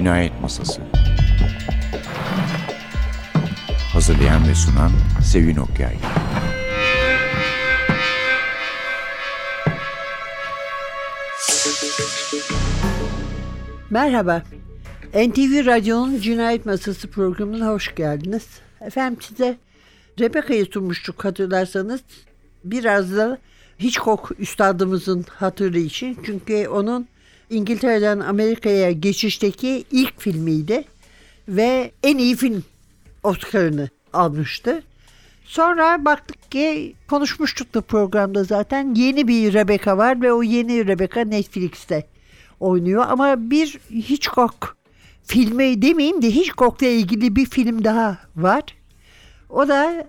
Cinayet Masası. Hazırlayan ve sunan Sevin Okyay. Merhaba. NTV Radyo'nun Cinayet Masası programına hoş geldiniz. Efendim, size Rebecca'yı sunmuştuk hatırlarsanız. Biraz da Hitchcock üstadımızın hatırı için. Çünkü onun İngiltere'den Amerika'ya geçişteki ilk filmiydi. Ve en iyi film Oscar'ını almıştı. Sonra baktık ki, konuşmuştuk da programda zaten, yeni bir Rebecca var ve o yeni Rebecca Netflix'te oynuyor. Ama bir Hitchcock filmi demeyeyim de Hitchcock'la ilgili bir film daha var. O da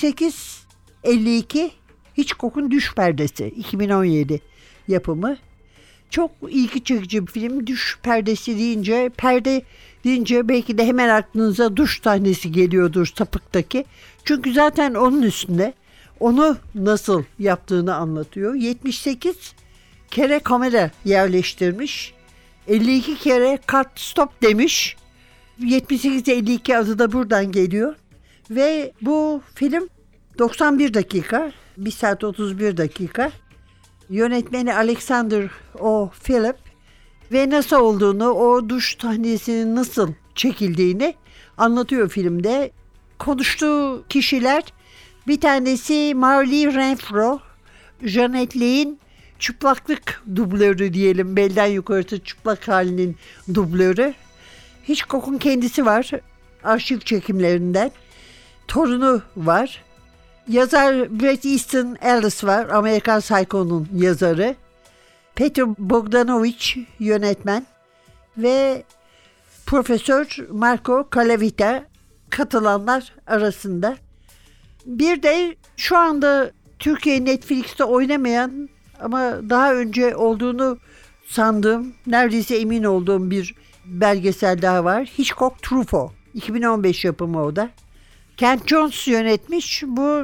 78-52 Hitchcock'un Düş Perdesi, 2017 yapımı. Çok ilgi çekici bir film. Düş perdesi deyince, perde deyince belki de hemen aklınıza duş sahnesi geliyordur sapıktaki. Çünkü zaten onun üstünde onu nasıl yaptığını anlatıyor. 78 kere kamera yerleştirmiş. 52 kere cut stop demiş. 78-52 adı da buradan geliyor. Ve bu film 91 dakika, 1 saat 31 dakika. Yönetmeni Alexander O. Philip ve nasıl olduğunu, o duş sahnesinin nasıl çekildiğini anlatıyor filmde. Konuştuğu kişiler, bir tanesi Marley Renfro, Janet Leigh'in çıplaklık dublörü diyelim, belden yukarısı çıplak halinin dublörü. Hitchcock'un kendisi var, arşiv çekimlerinden. Torunu var. Yazar Bret Easton Ellis var, Amerikan Psycho'nun yazarı. Peter Bogdanovich yönetmen ve Profesör Marco Calavita katılanlar arasında. Bir de şu anda Türkiye Netflix'te oynamayan ama daha önce olduğunu sandığım, neredeyse emin olduğum bir belgesel daha var. Hitchcock Truffaut, 2015 yapımı o da. Kent Jones yönetmiş. Bu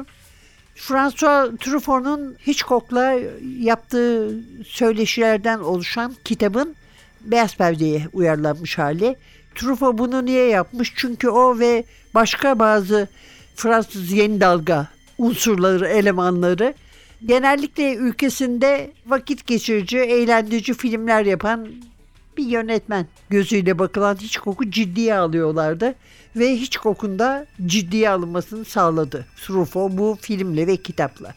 François Truffaut'un Hitchcock'la yaptığı söyleşilerden oluşan kitabın beyaz perdeye uyarlanmış hali. Truffaut bunu niye yapmış? Çünkü o ve başka bazı Fransız yeni dalga unsurları, elemanları genellikle ülkesinde vakit geçirici, eğlendirici filmler yapan bir yönetmen gözüyle bakılan Hitchcock'u ciddiye alıyorlardı. Ve Hitchcock'un da ciddiye alınmasını sağladı Truffaut bu filmle ve kitapla.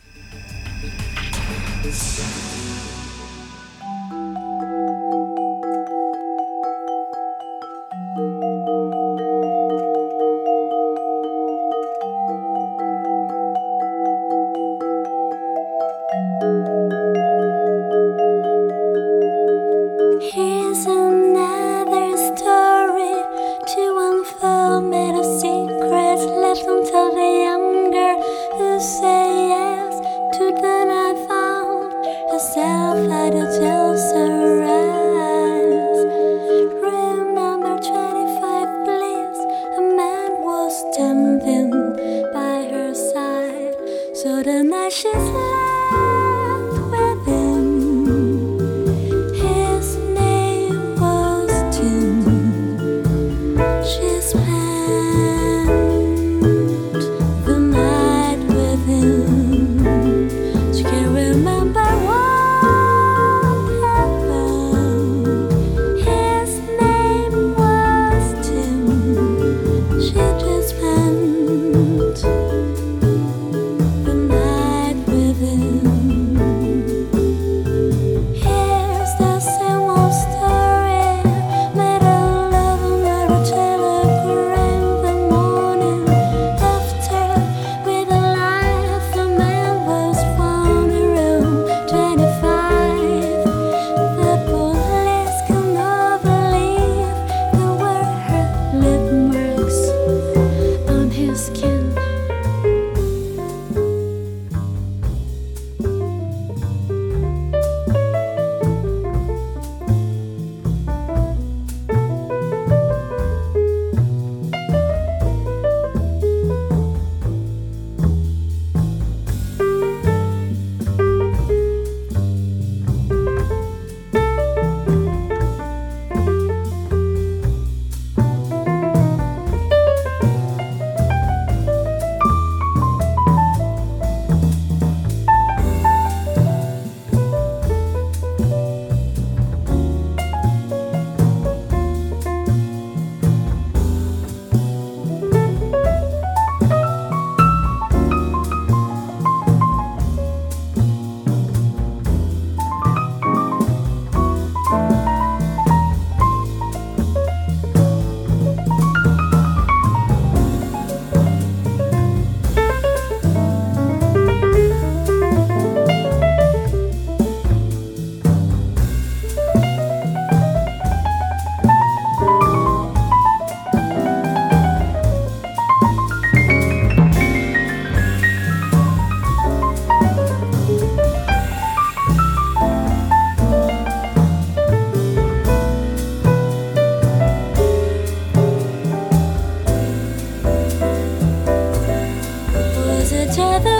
Within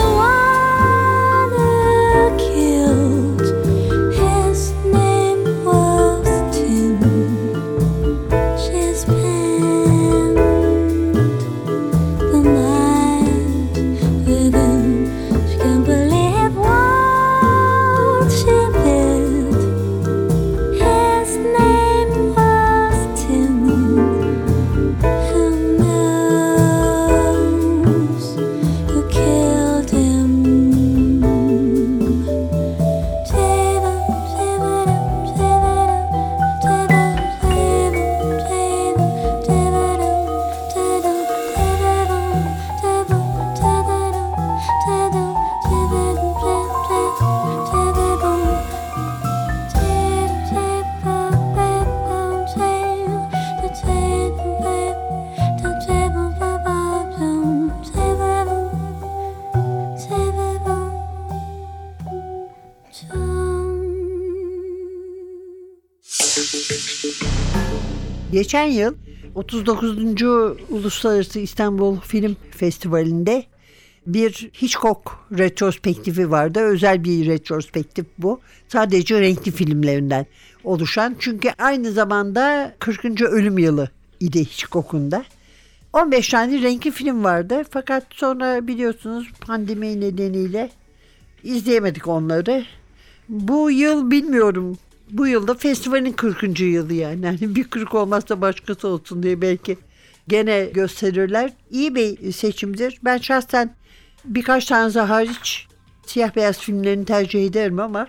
one who killed, his name was Tim. She spent the night with him. She can't believe what she did. His name was Tim. Who knows who killed him? Geçen yıl 39. Uluslararası İstanbul Film Festivali'nde bir Hitchcock retrospektifi vardı. Özel bir retrospektif bu. Sadece renkli filmlerinden oluşan. Çünkü aynı zamanda 40. ölüm yılı idi Hitchcock'un da. 15 tane renkli film vardı. Fakat sonra biliyorsunuz pandemi nedeniyle izleyemedik onları. Bu yıl bilmiyorum. Bu yılda festivalin 40. yılı yani. Yani bir 40 olmazsa başkası olsun diye belki gene gösterirler. İyi bir seçimdir. Ben şahsen birkaç tanesi hariç siyah beyaz filmlerini tercih ederim ama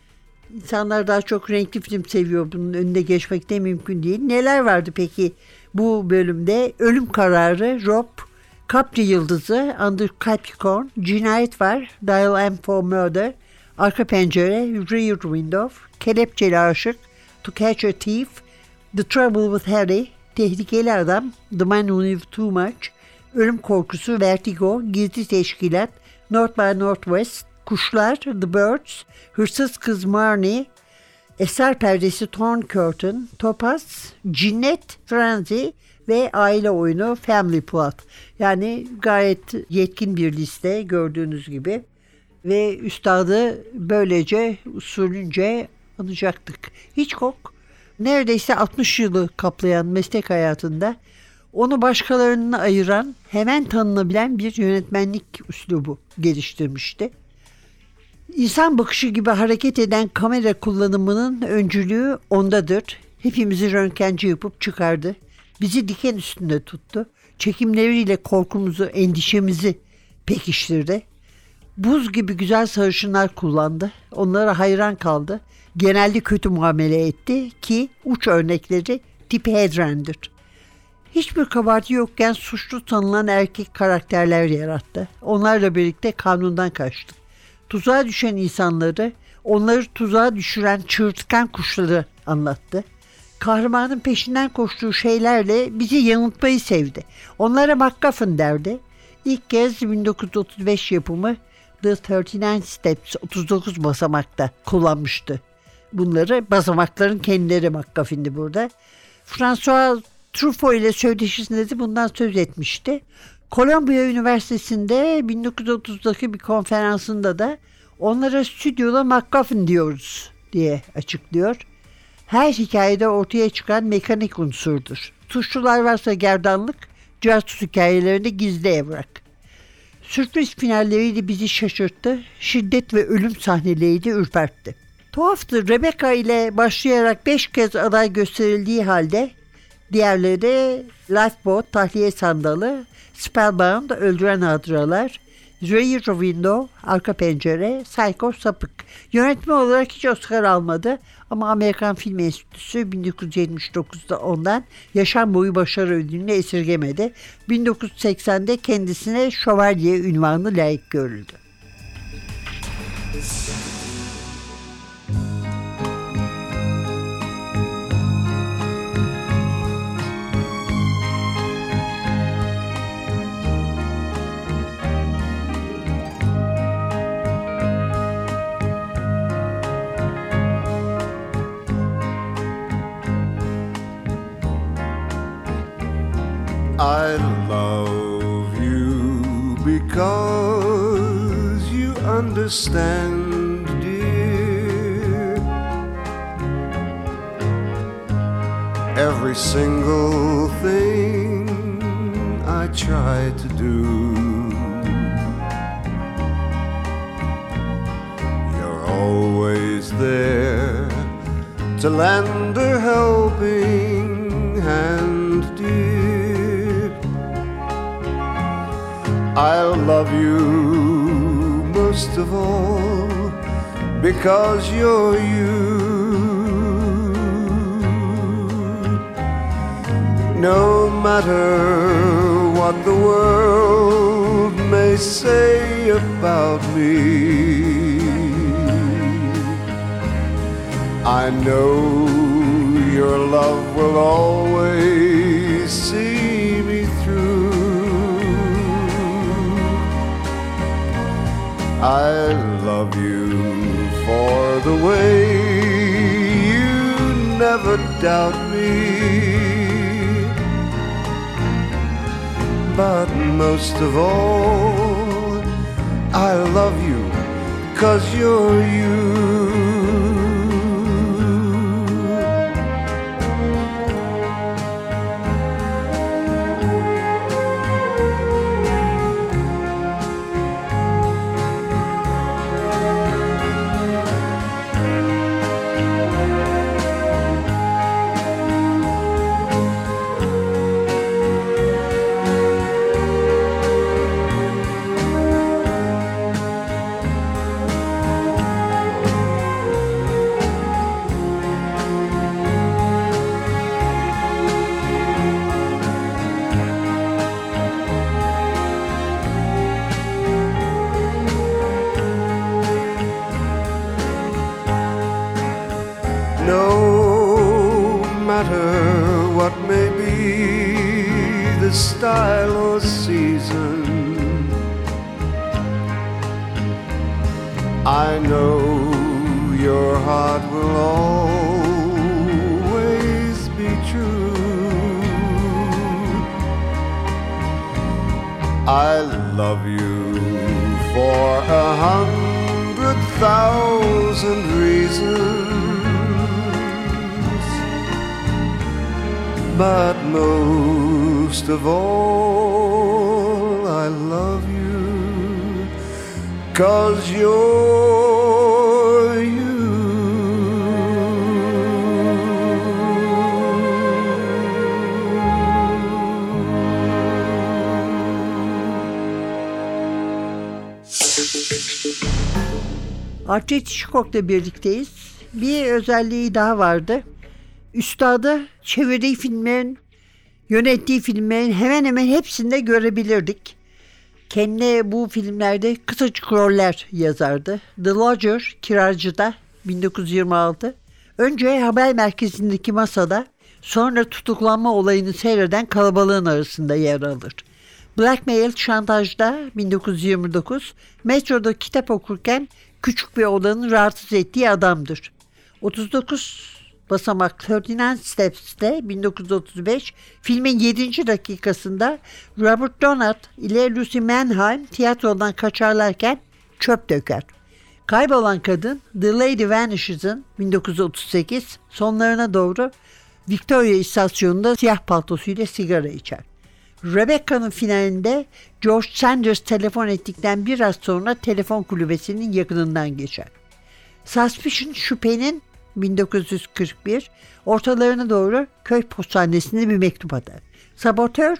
insanlar daha çok renkli film seviyor. Bunun önüne geçmek de mümkün değil. Neler vardı peki bu bölümde? Ölüm Kararı, Rob, Capri Yıldızı, Under Capricorn, Cinayet var, Dial M for Murder, Arka Pencere, Rear Window, Kelepçeli Aşık, To Catch a Thief, The Trouble with Harry, Tehlikeli Adam, The Man Who Knew Too Much, Ölüm Korkusu, Vertigo, Gizli Teşkilat, North by Northwest, Kuşlar, The Birds, Hırsız Kız Marnie, Eser Perdesi Torn Curtain, Topaz, Cinnet, Frenzy ve aile oyunu Family Plot. Yani gayet yetkin bir liste gördüğünüz gibi. Ve üstadı böylece usulünce anacaktık. Hitchcock neredeyse 60 yılı kaplayan meslek hayatında onu başkalarından ayıran, hemen tanınabilen bir yönetmenlik üslubu geliştirmişti. İnsan bakışı gibi hareket eden kamera kullanımının öncülüğü ondadır. Hepimizi röntgenci yapıp çıkardı. Bizi diken üstünde tuttu. Çekimleriyle korkumuzu, endişemizi pekiştirdi. Buz gibi güzel sarışınlar kullandı. Onlara hayran kaldı. Genelde kötü muamele etti ki uç örnekleri Tippi Hedren'dir. Hiçbir kabahati yokken suçlu sanılan erkek karakterler yarattı. Onlarla birlikte kanundan kaçtı. Tuzağa düşen insanları, onları tuzağa düşüren çığırtkan kuşları anlattı. Kahramanın peşinden koştuğu şeylerle bizi yanıltmayı sevdi. Onlara MacGuffin derdi. İlk kez 1935 yapımı The 39 Steps, 39 basamakta kullanmıştı. Bunları basamakların kendileri MacGuffin'di burada. François Truffaut ile söyleşisinde de bundan söz etmişti. Columbia Üniversitesi'nde 1930'daki bir konferansında da onlara stüdyoda MacGuffin diyoruz diye açıklıyor. Her hikayede ortaya çıkan mekanik unsurdur. Suçlular varsa gerdanlık, casus hikayelerinde gizli evrak. Sürpriz finalleriyle bizi şaşırttı, şiddet ve ölüm sahneleriyle ürpertti. Tuhaftı, Rebecca ile başlayarak 5 kez aday gösterildiği halde diğerleri de Lifeboat, Tahliye Sandalı, Spellbound, Öldüren Hatıralar, Rear Window, Arka Pencere, Psycho, Sapık. Yönetmen olarak hiç Oscar almadı ama Amerikan Film Enstitüsü 1979'da ondan yaşam boyu başarı ödülünü esirgemedi. 1980'de kendisine şövalye unvanı layık görüldü. I love you because understand, dear. Every single thing I try to do, you're always there to lend a helping hand, dear. I'll love you most of all because you're you. No matter what the world may say about me, I know your love will always see me through. I love you for the way you never doubt me, but most of all, I love you 'cause you're you. No matter what may be the style or season, I know your heart will always be true. I love you for 100,000 reasons, but most of all, I love you 'cause you're you. Alfred Hitchcock'la birlikteyiz. Bir özelliği daha vardı. Üstadı çevirdiği filmlerin, yönettiği filmlerin hemen hemen hepsinde görebilirdik. Kendine bu filmlerde kısacık roller yazardı. The Lodger, Kiracı'da 1926. Önce haber merkezindeki masada, sonra tutuklanma olayını seyreden kalabalığın arasında yer alır. Blackmail, Şantaj'da 1929. Metroda kitap okurken küçük bir odanın rahatsız ettiği adamdır. 39 basamak 39 Steps'te 1935 filmin 7. dakikasında Robert Donat ile Lucy Mannheim tiyatrodan kaçarlarken çöp döker. Kaybolan kadın The Lady Vanishes'ın 1938 sonlarına doğru Victoria istasyonunda siyah paltosuyla sigara içer. Rebecca'nın finalinde George Sanders telefon ettikten biraz sonra telefon kulübesinin yakınından geçer. Suspicion, şüphenin 1941 ortalarına doğru köy postanesine bir mektup atar. Sabotör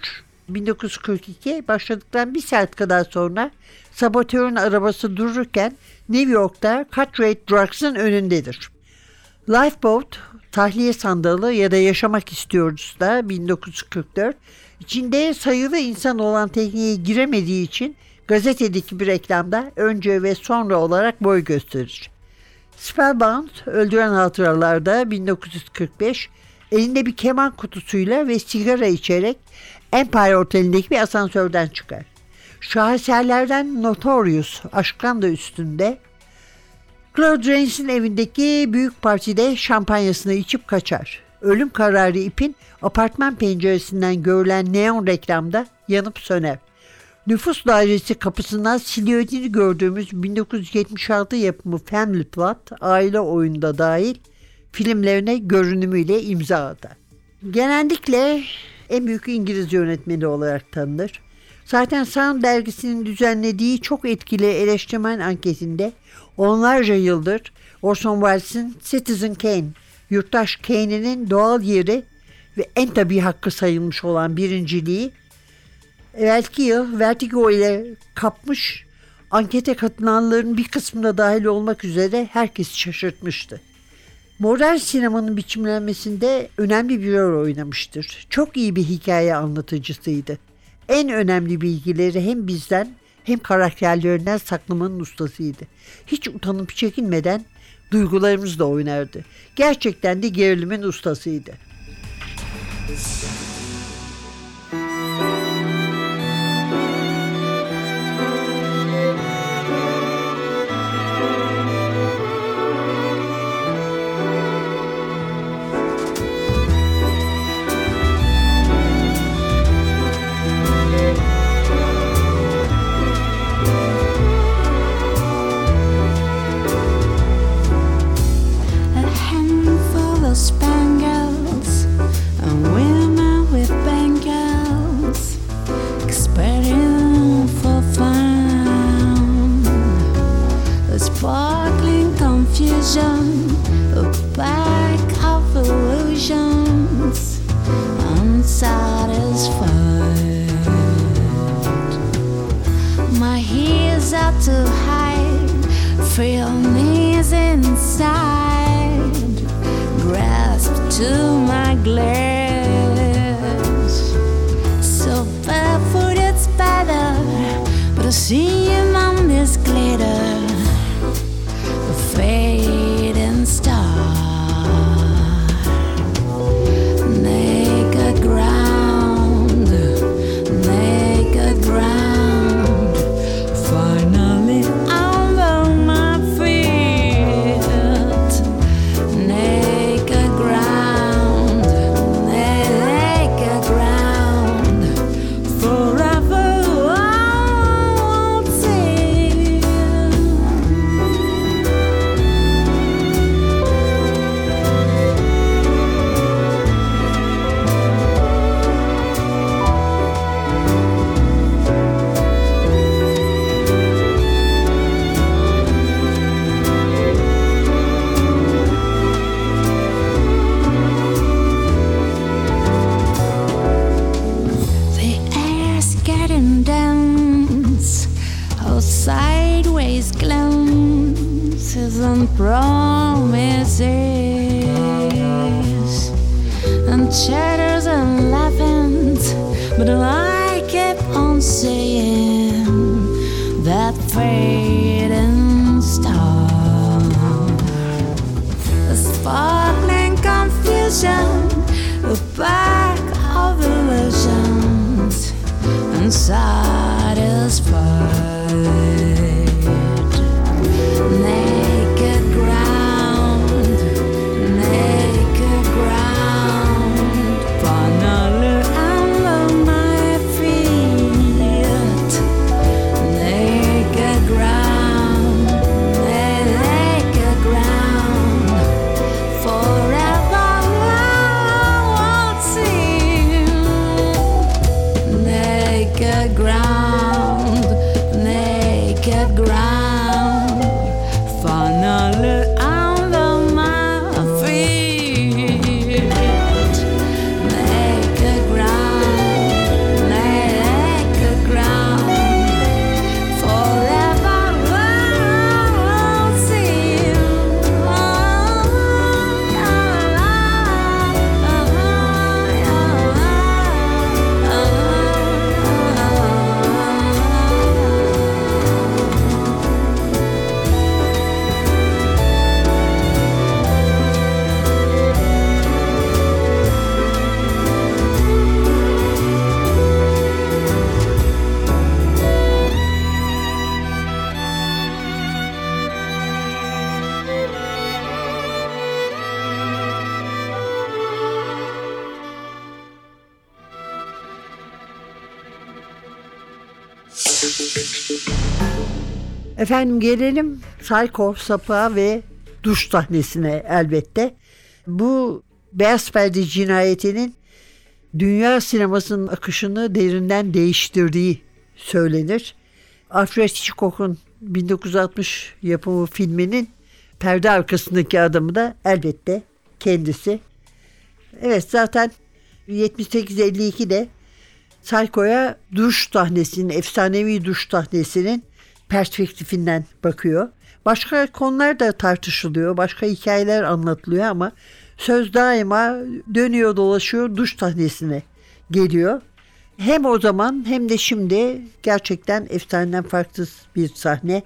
1942 başladıktan bir saat kadar sonra sabotörün arabası dururken New York'ta Cartwright Drugs'ın önündedir. Lifeboat, tahliye sandalı ya da yaşamak istiyoruz da 1944 içinde sayılı insan olan tekneye giremediği için gazetedeki bir reklamda önce ve sonra olarak boy gösterir. Spellbound, Öldüren Hatıralar'da 1945 elinde bir keman kutusuyla ve sigara içerek Empire Oteli'ndeki bir asansörden çıkar. Şaheserlerden Notorious, Aşktan da üstünde, Claude Rains'in evindeki büyük partide şampanyasını içip kaçar. Ölüm kararı ipin apartman penceresinden görülen neon reklamda yanıp söner. Nüfus dairesi kapısından silüetini gördüğümüz 1976 yapımı Family Plot, aile oyunda dahil filmlerine görünümüyle imza atar. Genellikle en büyük İngiliz yönetmeni olarak tanınır. Zaten Sound dergisinin düzenlediği çok etkili eleştirmen anketinde onlarca yıldır Orson Welles'in Citizen Kane, Yurttaş Kane'inin doğal yeri ve en tabii hakkı sayılmış olan birinciliği evvelki yıl Vertigo ile kapmış, ankete katılanların bir kısmına dahil olmak üzere herkesi şaşırtmıştı. Modern sinemanın biçimlenmesinde önemli bir rol oynamıştır. Çok iyi bir hikaye anlatıcısıydı. En önemli bilgileri hem bizden hem karakterlerinden saklamanın ustasıydı. Hiç utanıp çekinmeden duygularımızla oynardı. Gerçekten de gerilimin ustasıydı. A handful of spangles and women with bangles, expecting for fun. A sparkling confusion, a pack of illusions, unsatisfied. My ears are too high, feelings inside, grasp to my glass. So barefoot it's better, but I see him on this glitter, a fading star. Naked ground, naked ground. Finally I'm on my feet. Naked ground, naked ground. Forever I won't see. The air's getting dense, all sideways glances and promises, and chatters and laughings, but I keep on seeing that fading star. A sparkling confusion, a pack of illusions, unsatisfied. Naked ground, naked ground. Finally I'm on my feet. Naked ground, naked ground. Forever I won't see you. Naked ground. Efendim gelelim Psycho, Sapığa ve duş sahnesine elbette. Bu Beyaz Perde cinayetinin dünya sinemasının akışını derinden değiştirdiği söylenir. Alfred Hitchcock'un 1960 yapımı filminin perde arkasındaki adamı da elbette kendisi. Evet, zaten 78-52'de Psycho'ya duş sahnesinin, efsanevi duş sahnesinin perspektifinden bakıyor. Başka konular da tartışılıyor, başka hikayeler anlatılıyor ama söz daima dönüyor dolaşıyor duş sahnesine geliyor. Hem o zaman hem de şimdi gerçekten efsaneden farklı bir sahne.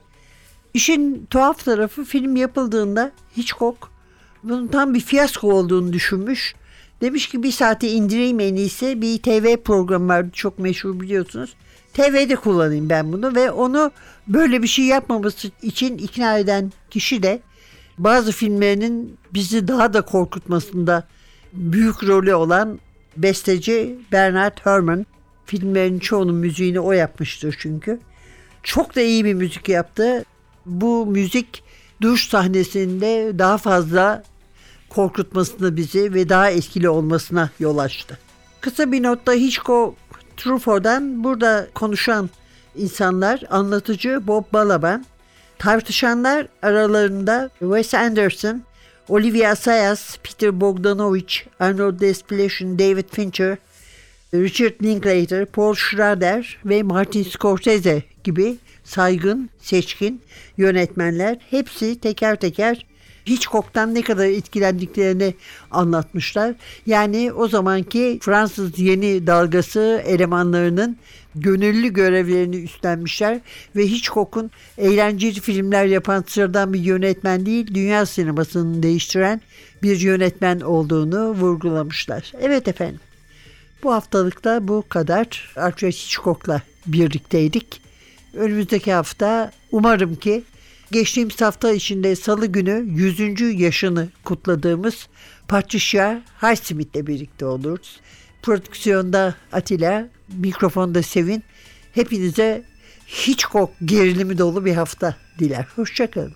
İşin tuhaf tarafı, film yapıldığında Hitchcock bunun tam bir fiyasko olduğunu düşünmüş. Demiş ki bir saate indireyim en iyisi. Bir TV programı vardı, çok meşhur biliyorsunuz. TV'de kullanayım ben bunu ve onu böyle bir şey yapmaması için ikna eden kişi de bazı filmlerinin bizi daha da korkutmasında büyük rolü olan besteci Bernard Herrmann. Filmlerin çoğunun müziğini o yapmıştır çünkü. Çok da iyi bir müzik yaptı. Bu müzik duş sahnesinde daha fazla korkutmasına bizi ve daha etkili olmasına yol açtı. Kısa bir notta Hitchcock Truffaut'dan burada konuşan insanlar, anlatıcı Bob Balaban, tartışanlar aralarında Wes Anderson, Olivia Assayas, Peter Bogdanovich, Arnold Desplechin, David Fincher, Richard Linklater, Paul Schrader ve Martin Scorsese gibi saygın, seçkin yönetmenler hepsi teker teker Hitchcock'tan ne kadar etkilendiklerini anlatmışlar. Yani o zamanki Fransız yeni dalgası elemanlarının gönüllü görevlerini üstlenmişler ve Hitchcock'un eğlenceli filmler yapan sıradan bir yönetmen değil, dünya sinemasını değiştiren bir yönetmen olduğunu vurgulamışlar. Evet efendim, bu haftalıkta bu kadar. Alfred Hitchcock'la birlikteydik. Önümüzdeki hafta umarım ki geçtiğimiz hafta içinde Salı günü 100. yaşını kutladığımız Patricia Highsmith'le birlikte oluruz. Prodüksiyonda Atilla, mikrofonda Sevin. Hepinize Hitchcock gerilimi dolu bir hafta diler. Hoşçakalın.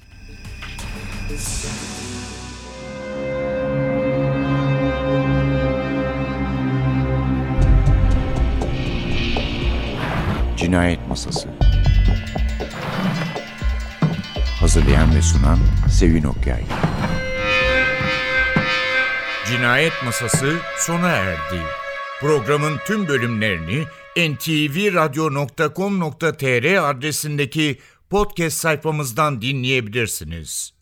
Cinayet Masası. Hazırlayan ve sunan Sevin Okyay. Cinayet Masası sona erdi. Programın tüm bölümlerini ntvradio.com.tr adresindeki podcast sayfamızdan dinleyebilirsiniz.